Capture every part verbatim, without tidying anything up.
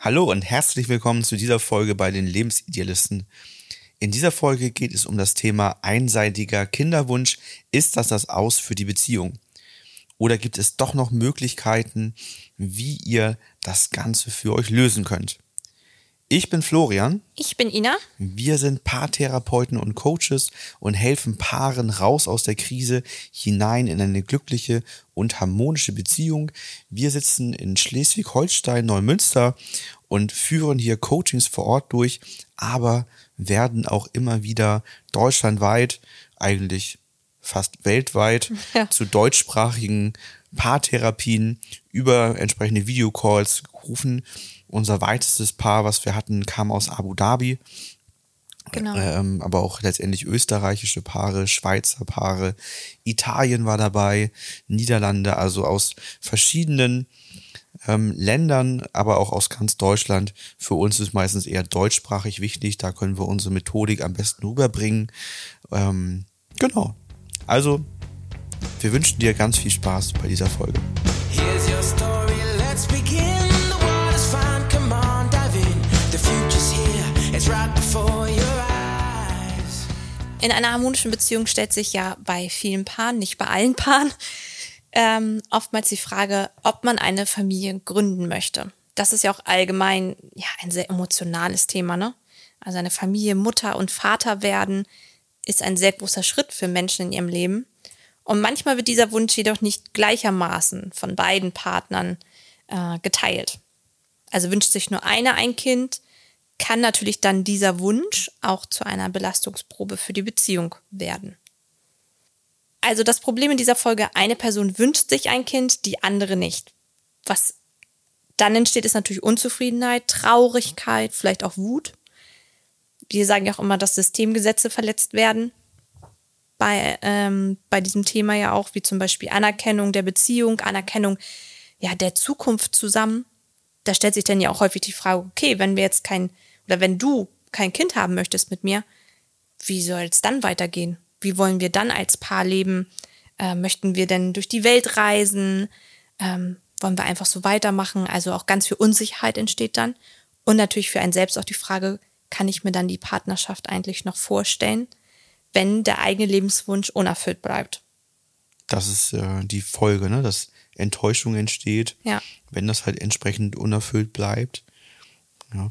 Hallo und herzlich willkommen zu dieser Folge bei den Lebensidealisten. In dieser Folge geht es um das Thema einseitiger Kinderwunsch. Ist das das Aus für die Beziehung? Oder gibt es doch noch Möglichkeiten, wie ihr das Ganze für euch lösen könnt? Ich bin Florian. Ich bin Ina. Wir sind Paartherapeuten und Coaches und helfen Paaren raus aus der Krise hinein in eine glückliche und harmonische Beziehung. Wir sitzen in Schleswig-Holstein, Neumünster und führen hier Coachings vor Ort durch, aber werden auch immer wieder deutschlandweit, eigentlich fast weltweit, ja. zu deutschsprachigen Paartherapien über entsprechende Videocalls gerufen. Unser weitestes Paar, was wir hatten, kam aus Abu Dhabi. Genau. Ähm, aber auch letztendlich österreichische Paare, Schweizer Paare, Italien war dabei, Niederlande, also aus verschiedenen ähm, Ländern, aber auch aus ganz Deutschland. Für uns ist meistens eher deutschsprachig wichtig, da können wir unsere Methodik am besten rüberbringen. Ähm, genau. Also, wir wünschen dir ganz viel Spaß bei dieser Folge. Here's your story, let's begin. The world is fine, come on, dive in. The future's here, it's right before your eyes. In einer harmonischen Beziehung stellt sich ja bei vielen Paaren, nicht bei allen Paaren, ähm, oftmals die Frage, ob man eine Familie gründen möchte. Das ist ja auch allgemein ja, ein sehr emotionales Thema, ne? Also eine Familie, Mutter und Vater werden, ist ein sehr großer Schritt für Menschen in ihrem Leben. Und manchmal wird dieser Wunsch jedoch nicht gleichermaßen von beiden Partnern äh, geteilt. Also wünscht sich nur einer ein Kind, kann natürlich dann dieser Wunsch auch zu einer Belastungsprobe für die Beziehung werden. Also das Problem in dieser Folge, eine Person wünscht sich ein Kind, die andere nicht. Was dann entsteht, ist natürlich Unzufriedenheit, Traurigkeit, vielleicht auch Wut. Wir sagen ja auch immer, dass Systemgesetze verletzt werden. Bei, ähm, bei diesem Thema ja auch, wie zum Beispiel Anerkennung der Beziehung, Anerkennung ja, der Zukunft zusammen. Da stellt sich dann ja auch häufig die Frage, okay, wenn wir jetzt kein, oder wenn du kein Kind haben möchtest mit mir, wie soll es dann weitergehen? Wie wollen wir dann als Paar leben? Äh, möchten wir denn durch die Welt reisen? Ähm, wollen wir einfach so weitermachen? Also auch ganz viel Unsicherheit entsteht dann. Und natürlich für einen selbst auch die Frage, kann ich mir dann die Partnerschaft eigentlich noch vorstellen, wenn der eigene Lebenswunsch unerfüllt bleibt? Das ist äh, die Folge, ne? Dass Enttäuschung entsteht, ja. wenn das halt entsprechend unerfüllt bleibt. Ja.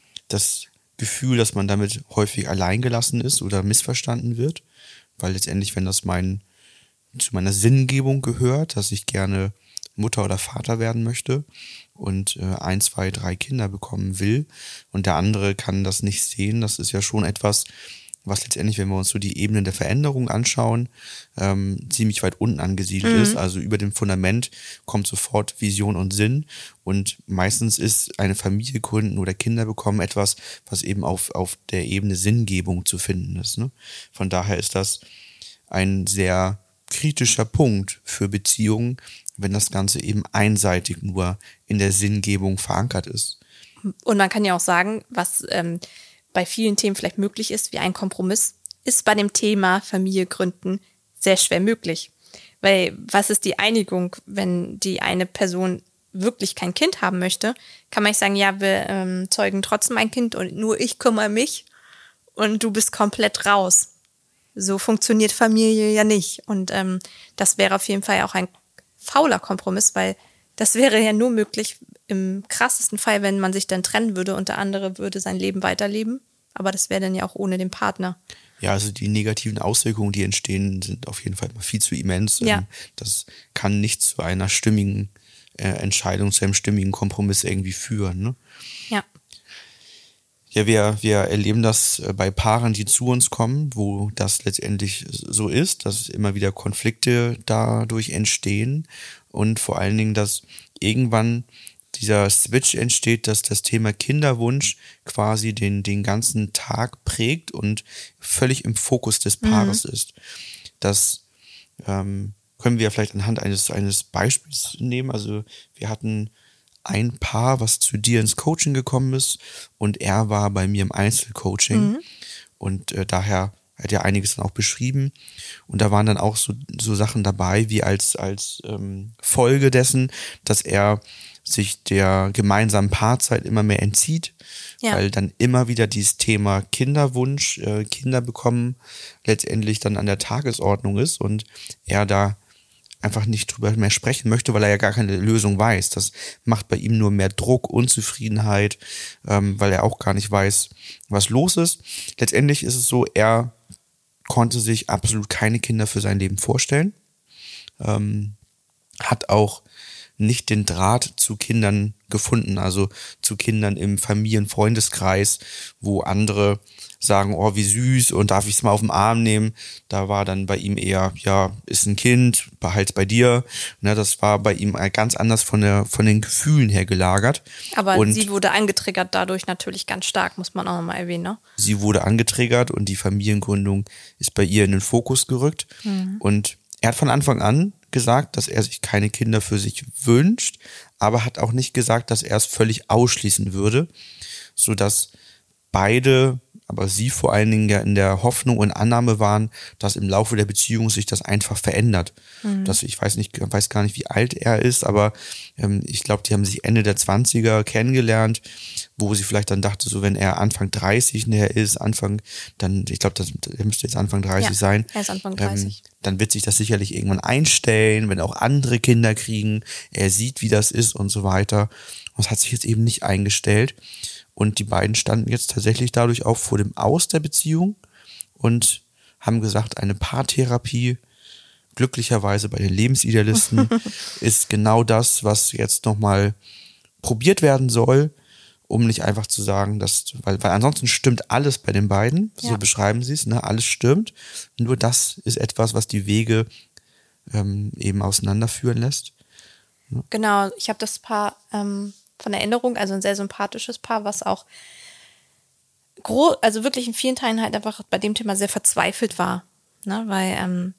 Das Gefühl, dass man damit häufig alleingelassen ist oder missverstanden wird, weil letztendlich, wenn das mein, zu meiner Sinngebung gehört, dass ich gerne Mutter oder Vater werden möchte und äh, ein, zwei, drei Kinder bekommen will und der andere kann das nicht sehen, das ist ja schon etwas, was letztendlich, wenn wir uns so die Ebenen der Veränderung anschauen, ähm, ziemlich weit unten angesiedelt mhm. ist. Also über dem Fundament kommt sofort Vision und Sinn. Und meistens ist eine Familie gründen oder Kinder bekommen etwas, was eben auf, auf der Ebene Sinngebung zu finden ist. Ne? Von daher ist das ein sehr kritischer Punkt für Beziehungen, wenn das Ganze eben einseitig nur in der Sinngebung verankert ist. Und man kann ja auch sagen, was ähm, bei vielen Themen vielleicht möglich ist, wie ein Kompromiss, ist bei dem Thema Familie gründen sehr schwer möglich. Weil was ist die Einigung, wenn die eine Person wirklich kein Kind haben möchte, kann man nicht sagen, ja, wir ähm, zeugen trotzdem ein Kind und nur ich kümmere mich und du bist komplett raus. So funktioniert Familie ja nicht. Und ähm, das wäre auf jeden Fall auch ein fauler Kompromiss, weil das wäre ja nur möglich im krassesten Fall, wenn man sich dann trennen würde und der andere würde sein Leben weiterleben. Aber das wäre dann ja auch ohne den Partner. Ja, also die negativen Auswirkungen, die entstehen, sind auf jeden Fall viel zu immens. Ja. Das kann nicht zu einer stimmigen äh, Entscheidung, zu einem stimmigen Kompromiss irgendwie führen. Ne? Ja. Ja, wir, wir erleben das bei Paaren, die zu uns kommen, wo das letztendlich so ist, dass immer wieder Konflikte dadurch entstehen und vor allen Dingen, dass irgendwann dieser Switch entsteht, dass das Thema Kinderwunsch quasi den, den ganzen Tag prägt und völlig im Fokus des Paares mhm. ist. Das ähm, können wir vielleicht anhand eines, eines Beispiels nehmen. Also wir hatten ein Paar, was zu dir ins Coaching gekommen ist und er war bei mir im Einzelcoaching mhm. und äh, daher hat er einiges dann auch beschrieben und da waren dann auch so, so Sachen dabei, wie als, als ähm, Folge dessen, dass er sich der gemeinsamen Paarzeit immer mehr entzieht, Ja. weil dann immer wieder dieses Thema Kinderwunsch, äh, Kinder bekommen, letztendlich dann an der Tagesordnung ist und er da einfach nicht drüber mehr sprechen möchte, weil er ja gar keine Lösung weiß. Das macht bei ihm nur mehr Druck, Unzufriedenheit, ähm, weil er auch gar nicht weiß, was los ist. Letztendlich ist es so, er konnte sich absolut keine Kinder für sein Leben vorstellen, ähm, hat auch nicht den Draht zu Kindern gefunden, also zu Kindern im Familien-Freundeskreis, wo andere sagen, oh, wie süß und darf ich es mal auf den Arm nehmen. Da war dann bei ihm eher, ja, ist ein Kind, behalt's bei dir. Ne, das war bei ihm ganz anders von der von den Gefühlen her gelagert. Aber und sie wurde angetriggert dadurch natürlich ganz stark, muss man auch nochmal erwähnen, ne? sie wurde angetriggert und die Familiengründung ist bei ihr in den Fokus gerückt. Und er hat von Anfang an gesagt, dass er sich keine Kinder für sich wünscht, aber hat auch nicht gesagt, dass er es völlig ausschließen würde, sodass beide, aber sie vor allen Dingen ja in der Hoffnung und Annahme waren, dass im Laufe der Beziehung sich das einfach verändert. Mhm. Dass, ich weiß nicht, weiß gar nicht, wie alt er ist, aber ähm, ich glaube, die haben sich Ende der zwanziger kennengelernt, wo sie vielleicht dann dachte, so wenn er Anfang dreißig näher ist, Anfang, dann, ich glaube, das er müsste jetzt Anfang dreißig Ja, sein. er ist Anfang dreißig. Ähm, dann wird sich das sicherlich irgendwann einstellen, wenn auch andere Kinder kriegen. Er sieht, wie das ist und so weiter. Und es hat sich jetzt eben nicht eingestellt. Und die beiden standen jetzt tatsächlich dadurch auch vor dem Aus der Beziehung und haben gesagt, eine Paartherapie, glücklicherweise bei den Lebensidealisten, ist genau das, was jetzt nochmal probiert werden soll, um nicht einfach zu sagen, dass, weil, weil ansonsten stimmt alles bei den beiden, so Ja. beschreiben sie es, ne, alles stimmt. Nur das ist etwas, was die Wege ähm, eben auseinanderführen lässt. Genau, ich habe das Paar ähm, von Erinnerung, also ein sehr sympathisches Paar, was auch gro- also wirklich in vielen Teilen halt einfach bei dem Thema sehr verzweifelt war, ne? Weil ähm,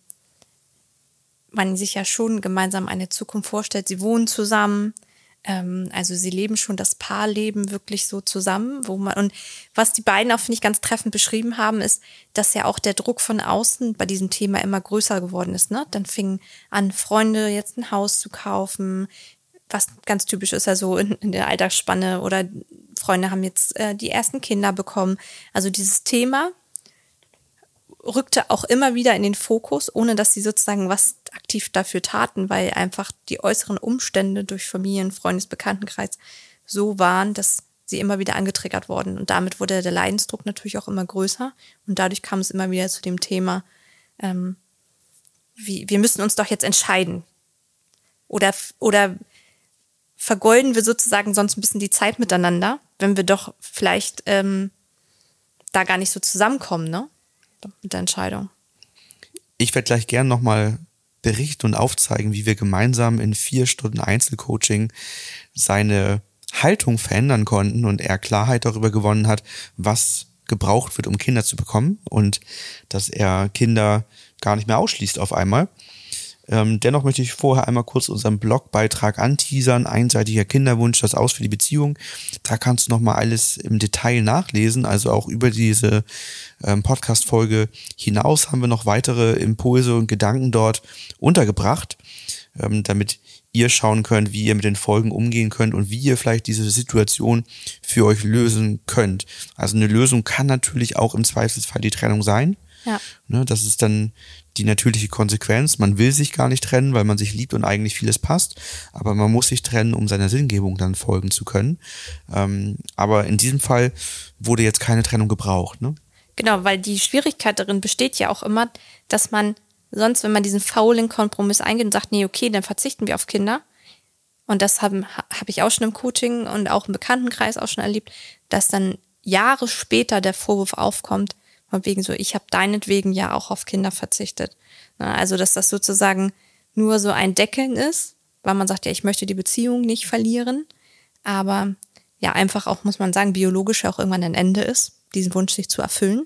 man sich ja schon gemeinsam eine Zukunft vorstellt. Sie wohnen zusammen, ähm, also sie leben schon das Paarleben wirklich so zusammen, wo man, und was die beiden auch, finde ich, ganz treffend beschrieben haben, ist, dass ja auch der Druck von außen bei diesem Thema immer größer geworden ist, ne? Dann fingen an, Freunde jetzt ein Haus zu kaufen, was ganz typisch ist ja so in, in der Alltagsspanne, oder Freunde haben jetzt äh, die ersten Kinder bekommen. Also dieses Thema rückte auch immer wieder in den Fokus, ohne dass sie sozusagen was aktiv dafür taten, weil einfach die äußeren Umstände durch Familien, Freundes-, Bekanntenkreis so waren, dass sie immer wieder angetriggert wurden. Und damit wurde der Leidensdruck natürlich auch immer größer. Und dadurch kam es immer wieder zu dem Thema, ähm, wie, wir müssen uns doch jetzt entscheiden. Oder, oder vergeuden wir sozusagen sonst ein bisschen die Zeit miteinander, wenn wir doch vielleicht ähm, da gar nicht so zusammenkommen, ne? Mit der Entscheidung. Ich werde gleich gern nochmal berichten und aufzeigen, wie wir gemeinsam in vier Stunden Einzelcoaching seine Haltung verändern konnten und er Klarheit darüber gewonnen hat, was gebraucht wird, um Kinder zu bekommen, und dass er Kinder gar nicht mehr ausschließt auf einmal. Ähm, dennoch möchte ich vorher einmal kurz unseren Blogbeitrag anteasern. Einseitiger Kinderwunsch, das Aus für die Beziehung. Da kannst du nochmal alles im Detail nachlesen. Also auch über diese ähm, Podcast-Folge hinaus haben wir noch weitere Impulse und Gedanken dort untergebracht, ähm, damit ihr schauen könnt, wie ihr mit den Folgen umgehen könnt und wie ihr vielleicht diese Situation für euch lösen könnt. Also eine Lösung kann natürlich auch im Zweifelsfall die Trennung sein. Ja. Ne, das ist dann die natürliche Konsequenz. Man will sich gar nicht trennen, weil man sich liebt und eigentlich vieles passt. Aber man muss sich trennen, um seiner Sinngebung dann folgen zu können. Ähm, aber in diesem Fall wurde jetzt keine Trennung gebraucht. Ne? Genau, weil die Schwierigkeit darin besteht ja auch immer, dass man sonst, wenn man diesen faulen Kompromiss eingeht und sagt, nee, okay, dann verzichten wir auf Kinder. Und das habe hab ich auch schon im Coaching und auch im Bekanntenkreis auch schon erlebt, dass dann Jahre später der Vorwurf aufkommt, von wegen so, ich habe deinetwegen ja auch auf Kinder verzichtet. Also, dass das sozusagen nur so ein Deckeln ist, weil man sagt, ja, ich möchte die Beziehung nicht verlieren, aber ja, einfach auch, muss man sagen, biologisch auch irgendwann ein Ende ist, diesen Wunsch sich zu erfüllen.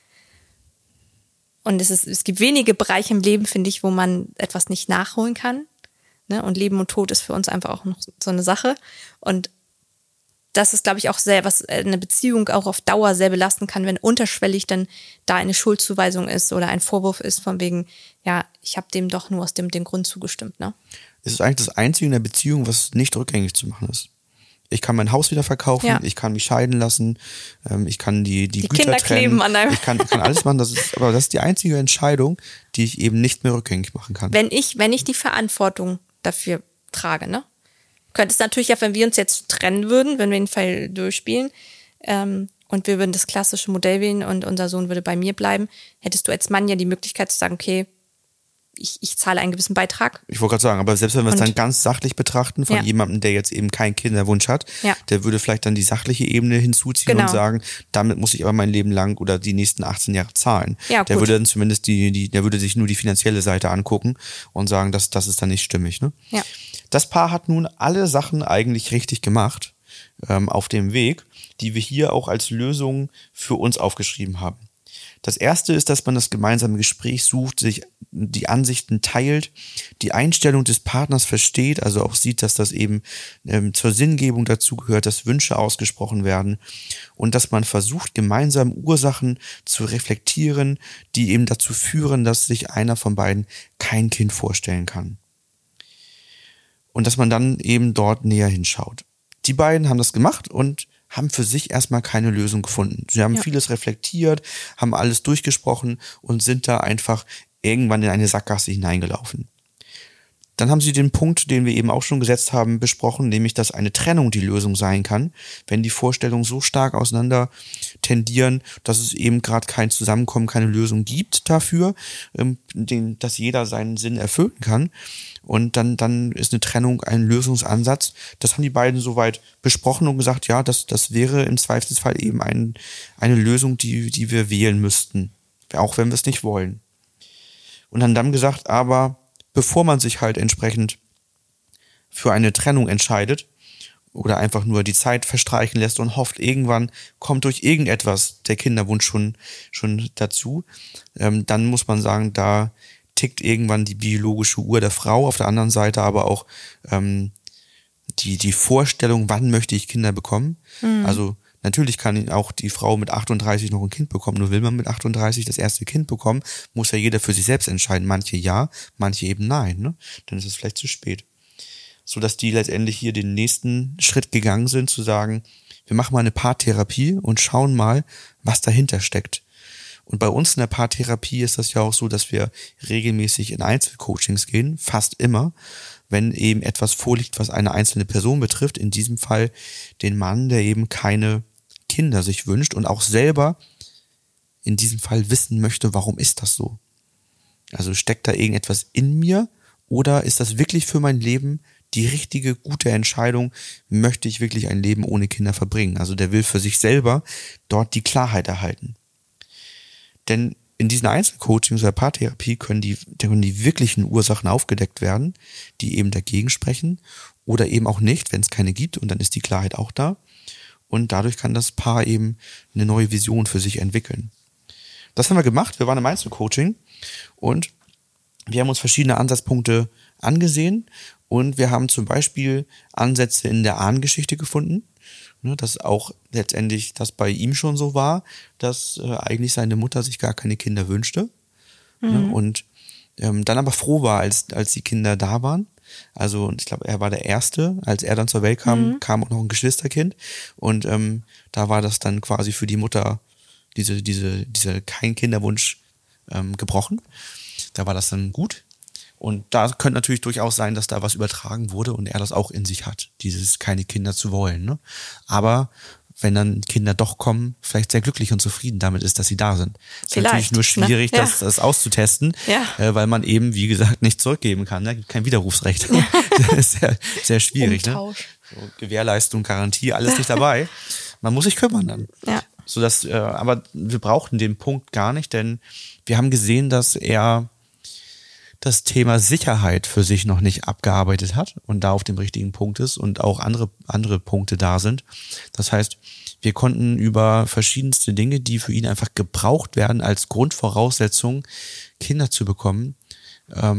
Und es ist, es gibt wenige Bereiche im Leben, finde ich, wo man etwas nicht nachholen kann. Ne? Und Leben und Tod ist für uns einfach auch noch so eine Sache. Und das ist, glaube ich, auch sehr, was eine Beziehung auch auf Dauer sehr belasten kann, wenn unterschwellig dann da eine Schuldzuweisung ist oder ein Vorwurf ist von wegen, ja, ich habe dem doch nur aus dem, dem Grund zugestimmt, ne? Es ist eigentlich das Einzige in der Beziehung, was nicht rückgängig zu machen ist. Ich kann mein Haus wieder verkaufen, Ja. ich kann mich scheiden lassen, ähm, ich kann die, die, Die Güter Kinder trennen. kleben an einem. Ich kann, kann alles machen, das ist, aber das ist die einzige Entscheidung, die ich eben nicht mehr rückgängig machen kann. Wenn ich, wenn ich die Verantwortung dafür trage, ne? Könnte es natürlich ja, wenn wir uns jetzt trennen würden, wenn wir den Fall durchspielen, ähm, und wir würden das klassische Modell wählen und unser Sohn würde bei mir bleiben, hättest du als Mann ja die Möglichkeit zu sagen, okay, ich, ich zahle einen gewissen Beitrag. Ich wollte gerade sagen, aber selbst wenn wir es Und- dann ganz sachlich betrachten von Ja. jemandem, der jetzt eben keinen Kinderwunsch hat, Ja. der würde vielleicht dann die sachliche Ebene hinzuziehen Genau. und sagen, damit muss ich aber mein Leben lang oder die nächsten achtzehn Jahre zahlen. Ja, der gut. würde dann zumindest die, die, der würde sich nur die finanzielle Seite angucken und sagen, das, das ist dann nicht stimmig. Ne? Ja. Das Paar hat nun alle Sachen eigentlich richtig gemacht ähm, auf dem Weg, die wir hier auch als Lösung für uns aufgeschrieben haben. Das erste ist, dass man das gemeinsame Gespräch sucht, sich die Ansichten teilt, die Einstellung des Partners versteht, also auch sieht, dass das eben ähm, zur Sinngebung dazu gehört, dass Wünsche ausgesprochen werden und dass man versucht, gemeinsam Ursachen zu reflektieren, die eben dazu führen, dass sich einer von beiden kein Kind vorstellen kann. Und dass man dann eben dort näher hinschaut. Die beiden haben das gemacht und haben für sich erstmal keine Lösung gefunden. Sie haben Ja. vieles reflektiert, haben alles durchgesprochen und sind da einfach irgendwann in eine Sackgasse hineingelaufen. Dann haben sie den Punkt, den wir eben auch schon gesetzt haben, besprochen, nämlich, dass eine Trennung die Lösung sein kann, wenn die Vorstellungen so stark auseinander tendieren, dass es eben gerade kein Zusammenkommen, keine Lösung gibt dafür, ähm, den, dass jeder seinen Sinn erfüllen kann. Und dann, dann ist eine Trennung ein Lösungsansatz. Das haben die beiden soweit besprochen und gesagt, ja, das, das wäre im Zweifelsfall eben ein, eine Lösung, die, die wir wählen müssten, auch wenn wir es nicht wollen. Und haben dann gesagt, aber bevor man sich halt entsprechend für eine Trennung entscheidet oder einfach nur die Zeit verstreichen lässt und hofft, irgendwann kommt durch irgendetwas der Kinderwunsch schon, schon dazu, ähm, dann muss man sagen, da tickt irgendwann die biologische Uhr der Frau, auf der anderen Seite aber auch ähm, die, die Vorstellung, wann möchte ich Kinder bekommen. Mhm. Also natürlich kann auch die Frau mit achtunddreißig noch ein Kind bekommen, nur will man mit achtunddreißig das erste Kind bekommen, muss ja jeder für sich selbst entscheiden. Manche ja, manche eben nein, ne? Dann ist es vielleicht zu spät. So dass die letztendlich hier den nächsten Schritt gegangen sind, zu sagen, wir machen mal eine Paartherapie und schauen mal, was dahinter steckt. Und bei uns in der Paartherapie ist das ja auch so, dass wir regelmäßig in Einzelcoachings gehen, fast immer, wenn eben etwas vorliegt, was eine einzelne Person betrifft, in diesem Fall den Mann, der eben keine Kinder sich wünscht und auch selber in diesem Fall wissen möchte, warum ist das so? Also steckt da irgendetwas in mir oder ist das wirklich für mein Leben die richtige, gute Entscheidung? Möchte ich wirklich ein Leben ohne Kinder verbringen? Also der will für sich selber dort die Klarheit erhalten. Denn in diesen Einzelcoachings oder Paartherapie können die, können die wirklichen Ursachen aufgedeckt werden, die eben dagegen sprechen oder eben auch nicht, wenn es keine gibt und dann ist die Klarheit auch da. Und dadurch kann das Paar eben eine neue Vision für sich entwickeln. Das haben wir gemacht. Wir waren im Einzelcoaching und wir haben uns verschiedene Ansatzpunkte angesehen und wir haben zum Beispiel Ansätze in der Ahnengeschichte gefunden, ne, dass auch letztendlich das bei ihm schon so war, dass äh, eigentlich seine Mutter sich gar keine Kinder wünschte, mhm. ne, und ähm, dann aber froh war, als als die Kinder da waren. Also ich glaube, er war der Erste, als er dann zur Welt kam, mhm. kam auch noch ein Geschwisterkind und ähm, da war das dann quasi für die Mutter diese diese diese kein Kinderwunsch ähm, gebrochen. Da war das dann gut. Und da könnte natürlich durchaus sein, dass da was übertragen wurde und er das auch in sich hat, dieses keine Kinder zu wollen. Ne? Aber wenn dann Kinder doch kommen, vielleicht sehr glücklich und zufrieden damit ist, dass sie da sind. Es ist natürlich nur schwierig, ne? Ja. das, das auszutesten, ja. äh, weil man eben, wie gesagt, nicht zurückgeben kann. Ne? Gibt kein Widerrufsrecht. Ja. Das ist sehr, sehr schwierig. Ne? So, Gewährleistung, Garantie, alles nicht dabei. Man muss sich kümmern dann. Ja. So dass, äh, aber wir brauchten den Punkt gar nicht, denn wir haben gesehen, dass er das Thema Sicherheit für sich noch nicht abgearbeitet hat und da auf dem richtigen Punkt ist und auch andere andere Punkte da sind. Das heißt, wir konnten über verschiedenste Dinge, die für ihn einfach gebraucht werden als Grundvoraussetzung, Kinder zu bekommen, ähm,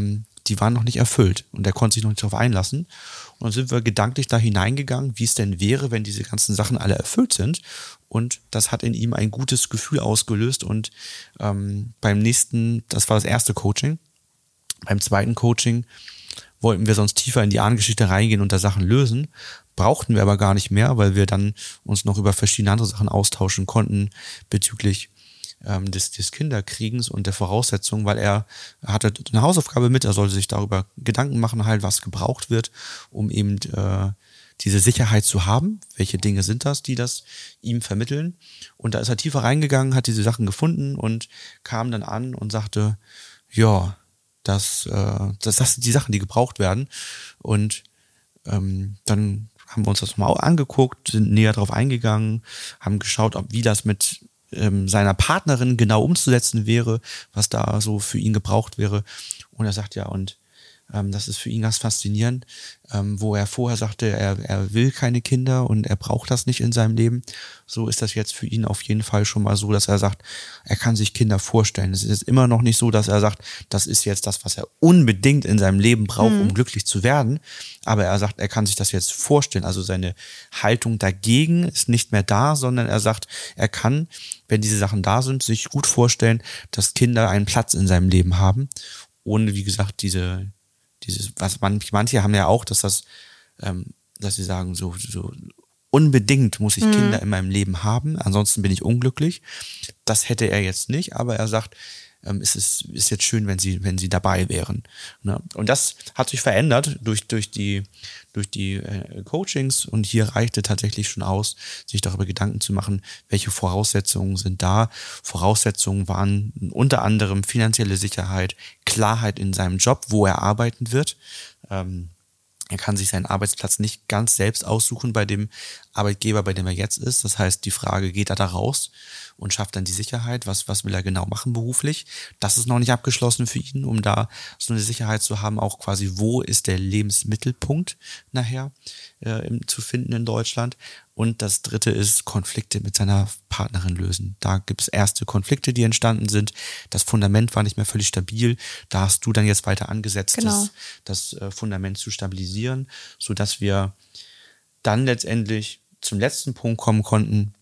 die waren noch nicht erfüllt und er konnte sich noch nicht darauf einlassen. Und dann sind wir gedanklich da hineingegangen, wie es denn wäre, wenn diese ganzen Sachen alle erfüllt sind. Und das hat in ihm ein gutes Gefühl ausgelöst. Und ähm, beim nächsten, das war das erste Coaching, beim zweiten Coaching wollten wir sonst tiefer in die Ahnengeschichte reingehen und da Sachen lösen. Brauchten wir aber gar nicht mehr, weil wir dann uns noch über verschiedene andere Sachen austauschen konnten bezüglich ähm, des, des Kinderkriegens und der Voraussetzungen, weil er hatte eine Hausaufgabe mit, er sollte sich darüber Gedanken machen, halt, was gebraucht wird, um eben äh, diese Sicherheit zu haben. Welche Dinge sind das, die das ihm vermitteln? Und da ist er tiefer reingegangen, hat diese Sachen gefunden und kam dann an und sagte, ja, das, äh, das, das sind die Sachen, die gebraucht werden. Und ähm, dann haben wir uns das mal angeguckt, sind näher drauf eingegangen, haben geschaut, ob wie das mit ähm, seiner Partnerin genau umzusetzen wäre, was da so für ihn gebraucht wäre. Und er sagt ja, und ähm, das ist für ihn ganz faszinierend, ähm, wo er vorher sagte, er, er will keine Kinder und er braucht das nicht in seinem Leben. So ist das jetzt für ihn auf jeden Fall schon mal so, dass er sagt, er kann sich Kinder vorstellen. Es ist jetzt immer noch nicht so, dass er sagt, das ist jetzt das, was er unbedingt in seinem Leben braucht, mhm. um glücklich zu werden. Aber er sagt, er kann sich das jetzt vorstellen. Also seine Haltung dagegen ist nicht mehr da, sondern er sagt, er kann, wenn diese Sachen da sind, sich gut vorstellen, dass Kinder einen Platz in seinem Leben haben. Ohne, wie gesagt, diese Dieses, was man, manche haben ja auch, dass das, ähm, dass sie sagen, so, so unbedingt muss ich mhm. Kinder in meinem Leben haben, ansonsten bin ich unglücklich. Das hätte er jetzt nicht, aber er sagt, ähm, es ist, ist jetzt schön, wenn sie, wenn sie dabei wären. Ne? Und das hat sich verändert durch, durch die, durch die äh, Coachings und hier reichte tatsächlich schon aus, sich darüber Gedanken zu machen, welche Voraussetzungen sind da. Voraussetzungen waren unter anderem finanzielle Sicherheit, Klarheit in seinem Job, wo er arbeiten wird. Ähm, er kann sich seinen Arbeitsplatz nicht ganz selbst aussuchen bei dem Arbeitgeber, bei dem er jetzt ist. Das heißt, die Frage, geht er da raus und schafft dann die Sicherheit? Was, was will er genau machen beruflich? Das ist noch nicht abgeschlossen für ihn, um da so eine Sicherheit zu haben, auch quasi, wo ist der Lebensmittelpunkt nachher äh, im, zu finden in Deutschland. Und das dritte ist Konflikte mit seiner Partnerin lösen. Da gibt es erste Konflikte, die entstanden sind. Das Fundament war nicht mehr völlig stabil. Da hast du dann jetzt weiter angesetzt, genau. das, das Fundament zu stabilisieren, sodass wir dann letztendlich zum letzten Punkt kommen konnten,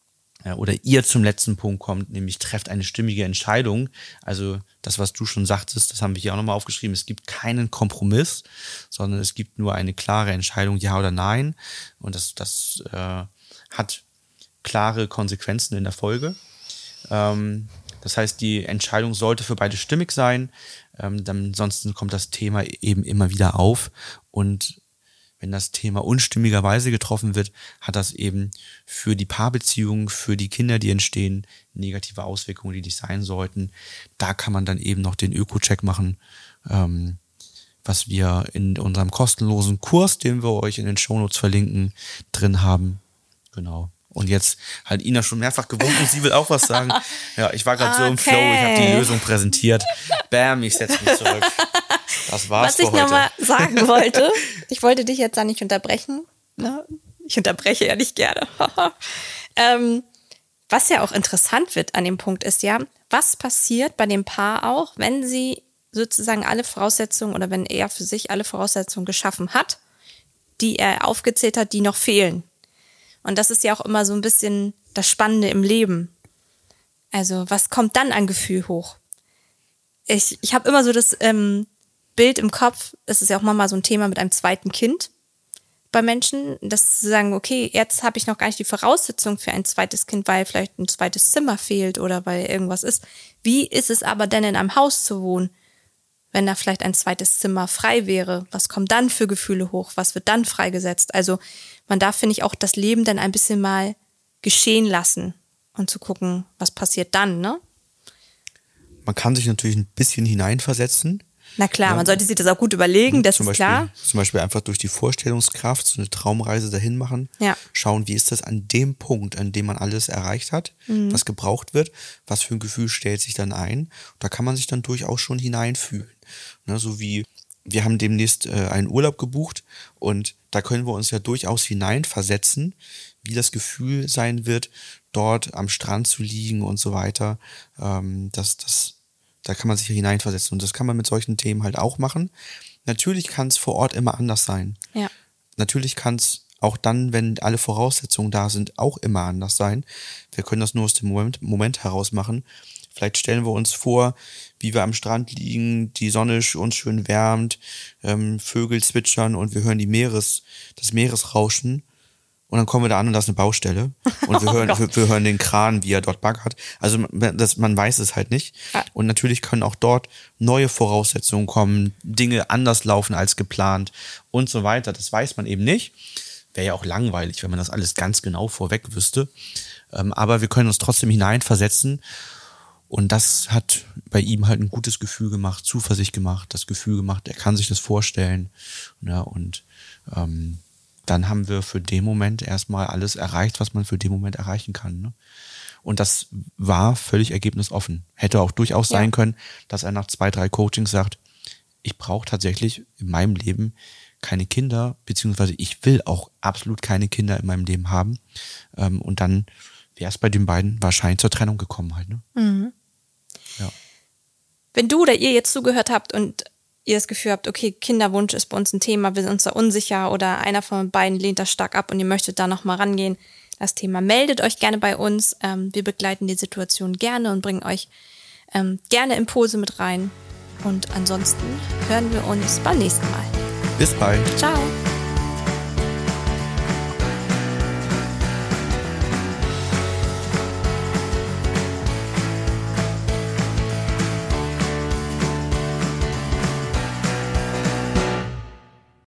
oder ihr zum letzten Punkt kommt, nämlich trefft eine stimmige Entscheidung. Also das, was du schon sagtest, das haben wir hier auch nochmal aufgeschrieben, es gibt keinen Kompromiss, sondern es gibt nur eine klare Entscheidung, ja oder nein. Und das, das äh, hat klare Konsequenzen in der Folge. Ähm, das heißt, die Entscheidung sollte für beide stimmig sein, ähm, dann, ansonsten kommt das Thema eben immer wieder auf und wenn das Thema unstimmigerweise getroffen wird, hat das eben für die Paarbeziehung, für die Kinder, die entstehen, negative Auswirkungen, die nicht sein sollten. Da kann man dann eben noch den Öko-Check machen, ähm, was wir in unserem kostenlosen Kurs, den wir euch in den Shownotes verlinken, drin haben. Genau. Und jetzt hat Ina schon mehrfach gewunken, sie will auch was sagen. Ja, ich war gerade okay. so im Flow, ich habe die Lösung präsentiert. Bam, ich setze mich zurück. Das war's Was ich nochmal sagen wollte, ich wollte dich jetzt da nicht unterbrechen. Ne? Ich unterbreche ja nicht gerne. ähm, was ja auch interessant wird an dem Punkt ist ja, was passiert bei dem Paar auch, wenn sie sozusagen alle Voraussetzungen oder wenn er für sich alle Voraussetzungen geschaffen hat, die er aufgezählt hat, die noch fehlen. Und das ist ja auch immer so ein bisschen das Spannende im Leben. Also was kommt dann an Gefühl hoch? Ich, ich habe immer so das ähm, Bild im Kopf, es ist ja auch manchmal so ein Thema mit einem zweiten Kind bei Menschen, dass sie sagen, okay, jetzt habe ich noch gar nicht die Voraussetzung für ein zweites Kind, weil vielleicht ein zweites Zimmer fehlt oder weil irgendwas ist. Wie ist es aber denn in einem Haus zu wohnen, wenn da vielleicht ein zweites Zimmer frei wäre? Was kommen dann für Gefühle hoch? Was wird dann freigesetzt? Also man darf, finde ich, auch das Leben dann ein bisschen mal geschehen lassen und zu gucken, was passiert dann, ne? Man kann sich natürlich ein bisschen hineinversetzen. Na klar, ja. Man sollte sich das auch gut überlegen, das zum ist Beispiel, klar. Zum Beispiel einfach durch die Vorstellungskraft so eine Traumreise dahin machen. Ja. Schauen, wie ist das an dem Punkt, an dem man alles erreicht hat, mhm. was gebraucht wird, was für ein Gefühl stellt sich dann ein. Da kann man sich dann durchaus schon hineinfühlen. Ne, so wie, wir haben demnächst äh, einen Urlaub gebucht und da können wir uns ja durchaus hineinversetzen, wie das Gefühl sein wird, dort am Strand zu liegen und so weiter. Ähm, das, das Da kann man sich hineinversetzen und das kann man mit solchen Themen halt auch machen. Natürlich kann es vor Ort immer anders sein. Ja. Natürlich kann es auch dann, wenn alle Voraussetzungen da sind, auch immer anders sein. Wir können das nur aus dem Moment, Moment heraus machen. Vielleicht stellen wir uns vor, wie wir am Strand liegen, die Sonne uns schön wärmt, ähm, Vögel zwitschern und wir hören die Meeres, das Meeresrauschen. Und dann kommen wir da an und da ist eine Baustelle. Und wir hören, Oh wir, wir hören den Kran, wie er dort baggert. Also man, das, man weiß es halt nicht. Ja. Und natürlich können auch dort neue Voraussetzungen kommen, Dinge anders laufen als geplant und so weiter. Das weiß man eben nicht. Wäre ja auch langweilig, wenn man das alles ganz genau vorweg wüsste. Ähm, aber wir können uns trotzdem hineinversetzen. Und das hat bei ihm halt ein gutes Gefühl gemacht, Zuversicht gemacht, das Gefühl gemacht, er kann sich das vorstellen. Ja, und ähm, dann haben wir für den Moment erstmal alles erreicht, was man für den Moment erreichen kann. Ne? Und das war völlig ergebnisoffen. Hätte auch durchaus Ja. sein können, dass er nach zwei, drei Coachings sagt, ich brauche tatsächlich in meinem Leben keine Kinder, beziehungsweise ich will auch absolut keine Kinder in meinem Leben haben. Ähm, und dann wäre es bei den beiden wahrscheinlich zur Trennung gekommen halt. Ne? Mhm. Ja. Wenn du oder ihr jetzt zugehört habt und ihr das Gefühl habt, okay, Kinderwunsch ist bei uns ein Thema, wir sind uns da unsicher oder einer von beiden lehnt das stark ab und ihr möchtet da nochmal rangehen, das Thema, meldet euch gerne bei uns. Ähm, wir begleiten die Situation gerne und bringen euch ähm, gerne Impulse mit rein. Und ansonsten hören wir uns beim nächsten Mal. Bis bald. Ciao!